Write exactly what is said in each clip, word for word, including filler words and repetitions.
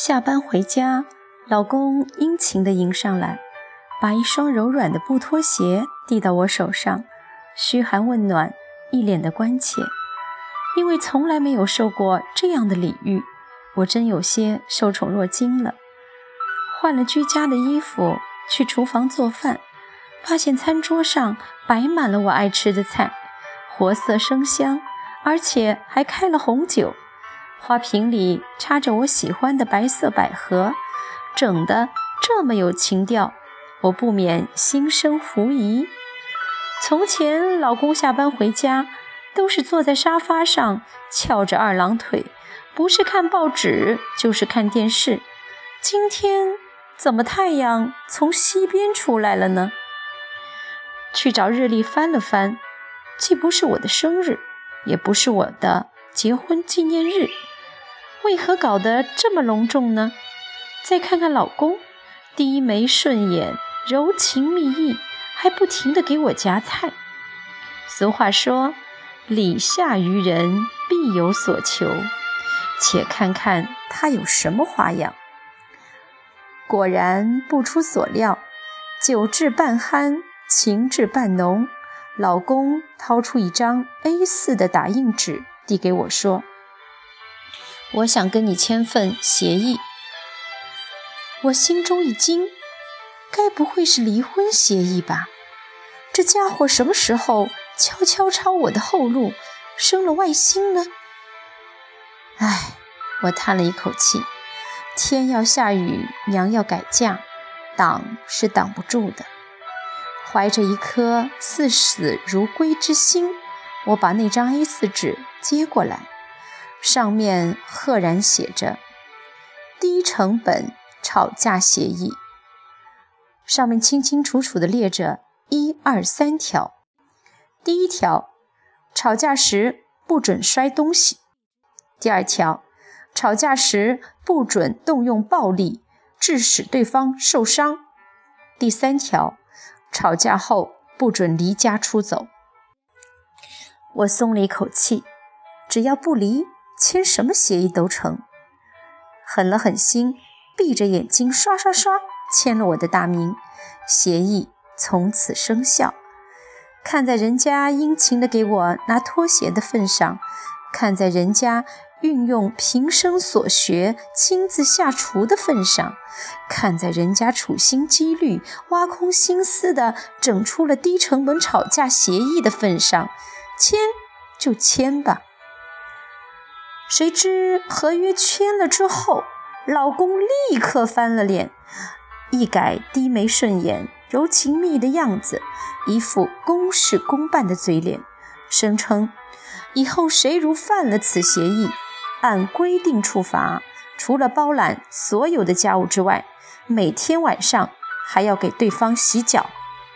下班回家，老公殷勤地迎上来，把一双柔软的布拖鞋递到我手上，嘘寒问暖，一脸的关切。因为从来没有受过这样的礼遇，我真有些受宠若惊了。换了居家的衣服，去厨房做饭，发现餐桌上摆满了我爱吃的菜，活色生香，而且还开了红酒。花瓶里插着我喜欢的白色百合，整得这么有情调，我不免心生狐疑。从前老公下班回家都是坐在沙发上翘着二郎腿，不是看报纸就是看电视，今天怎么太阳从西边出来了呢？去找日历翻了翻，既不是我的生日，也不是我的结婚纪念日，为何搞得这么隆重呢？再看看老公，低眉顺眼，柔情蜜意，还不停地给我夹菜。俗话说，礼下于人，必有所求，且看看他有什么花样。果然不出所料，酒至半酣，情至半浓，老公掏出一张 A 四 的打印纸递给我说，我想跟你签份协议。我心中一惊，该不会是离婚协议吧？这家伙什么时候悄悄抄我的后路，生了外心呢？唉，我叹了一口气，天要下雨，娘要改嫁，挡是挡不住的。怀着一颗视死如归之心，我把那张 A 四 纸接过来，上面赫然写着低成本吵架协议，上面清清楚楚地列着一二三条。第一条，吵架时不准摔东西。第二条，吵架时不准动用暴力致使对方受伤。第三条，吵架后不准离家出走。我松了一口气，只要不离，签什么协议都成。狠了狠心，闭着眼睛刷刷刷签了我的大名，协议从此生效。看在人家殷勤地给我拿拖鞋的份上，看在人家运用平生所学亲自下厨的份上，看在人家处心积虑挖空心思地整出了低成本吵架协议的份上，签就签吧。谁知合约签了之后，老公立刻翻了脸，一改低眉顺眼柔情蜜的样子，一副公事公办的嘴脸，声称以后谁如犯了此协议，按规定处罚，除了包揽所有的家务之外，每天晚上还要给对方洗脚。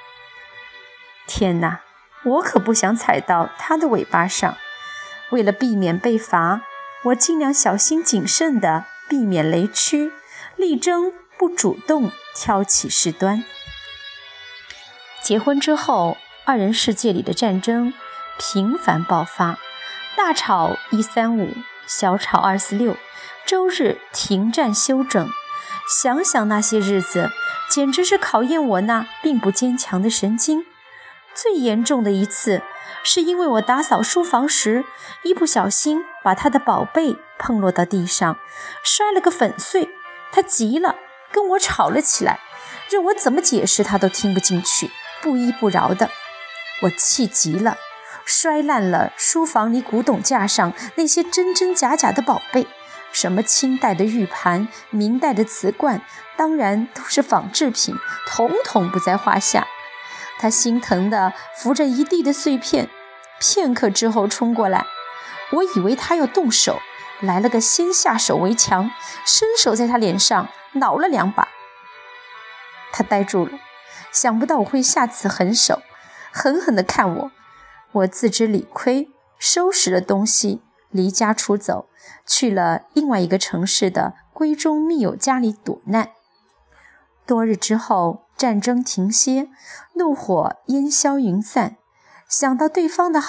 天哪，我可不想踩到他的尾巴上，为了避免被罚，我尽量小心谨慎地避免雷区，力争不主动挑起事端。结婚之后，二人世界里的战争频繁爆发，大吵一三五，小吵二四六，周日停战休整。想想那些日子，简直是考验我那并不坚强的神经。最严重的一次，是因为我打扫书房时，一不小心把他的宝贝碰落到地上，摔了个粉碎。他急了，跟我吵了起来，任我怎么解释他都听不进去，不依不饶的。我气急了，摔烂了书房里古董架上那些真真假假的宝贝，什么清代的玉盘，明代的瓷罐，当然都是仿制品，统统不在话下。他心疼地扶着一地的碎片，片刻之后冲过来，我以为他要动手，来了个先下手为强，伸手在他脸上挠了两把。他呆住了，想不到我会下此狠手，狠狠地看我。我自知理亏，收拾了东西，离家出走，去了另外一个城市的闺中密友家里躲难。多日之后，战争停歇，怒火烟消云散，想到对方的好，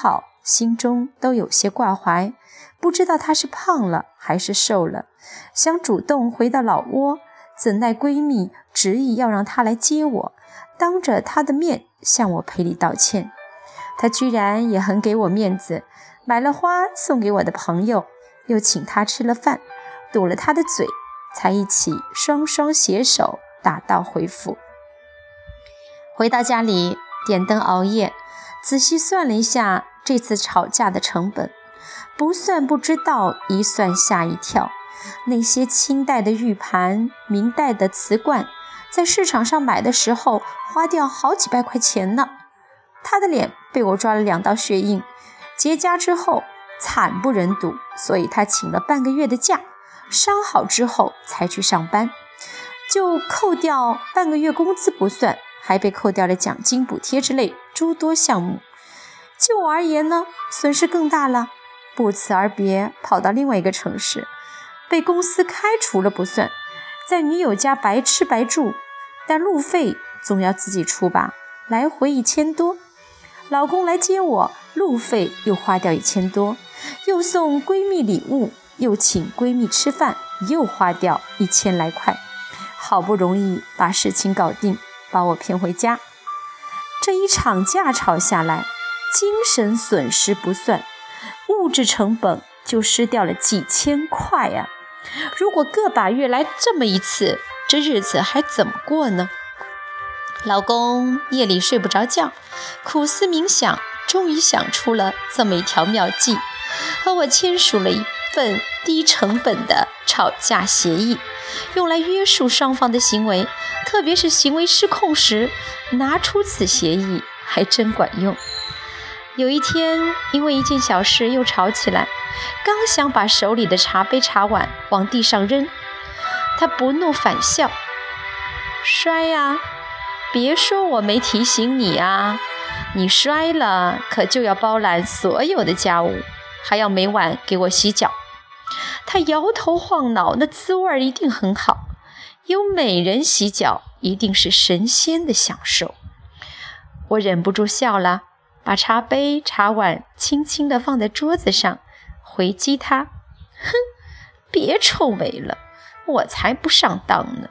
心中都有些挂怀，不知道她是胖了还是瘦了，想主动回到老窝，怎奈闺蜜执意要让她来接我，当着她的面向我赔礼道歉。她居然也很给我面子，买了花送给我的朋友，又请她吃了饭，堵了她的嘴，才一起双双携手打道回府。回到家里，点灯熬夜，仔细算了一下这次吵架的成本，不算不知道，一算吓一跳。那些清代的玉盘、明代的瓷罐，在市场上买的时候花掉好几百块钱呢。他的脸被我抓了两道血印，结痂之后惨不忍睹，所以他请了半个月的假，伤好之后才去上班。就扣掉半个月工资不算，还被扣掉了奖金、补贴之类诸多项目。就我而言呢，损失更大了，不辞而别，跑到另外一个城市，被公司开除了不算，在女友家白吃白住，但路费总要自己出吧，来回一千多。老公来接我，路费又花掉一千多，又送闺蜜礼物，又请闺蜜吃饭，又花掉一千来块。好不容易把事情搞定，把我骗回家。这一场架吵下来，精神损失不算，物质成本就失掉了几千块啊！如果个把月来这么一次，这日子还怎么过呢？老公夜里睡不着觉，苦思冥想，终于想出了这么一条妙计，和我签署了一份低成本的吵架协议，用来约束双方的行为，特别是行为失控时，拿出此协议还真管用。有一天，因为一件小事又吵起来，刚想把手里的茶杯茶碗往地上扔，他不怒反笑：摔呀，别说我没提醒你啊，你摔了可就要包揽所有的家务，还要每晚给我洗脚。他摇头晃脑，那滋味一定很好，有美人洗脚一定是神仙的享受。我忍不住笑了，把茶杯茶碗轻轻地放在桌子上，回击他：哼，别臭美了，我才不上当呢。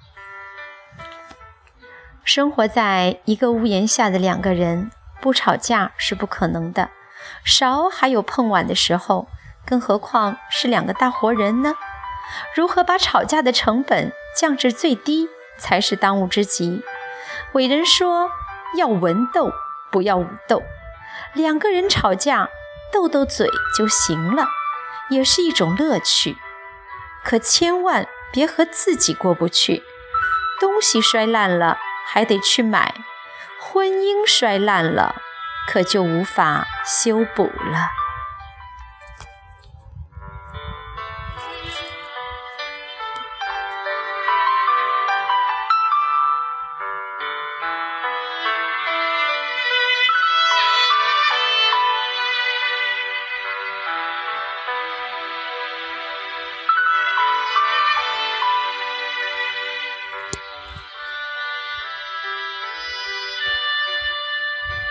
生活在一个屋檐下的两个人，不吵架是不可能的，少还有碰碗的时候，更何况是两个大活人呢？如何把吵架的成本降至最低，才是当务之急。伟人说，要文斗，不要武斗。两个人吵架，斗斗嘴就行了，也是一种乐趣。可千万别和自己过不去，东西摔烂了还得去买，婚姻摔烂了可就无法修补了。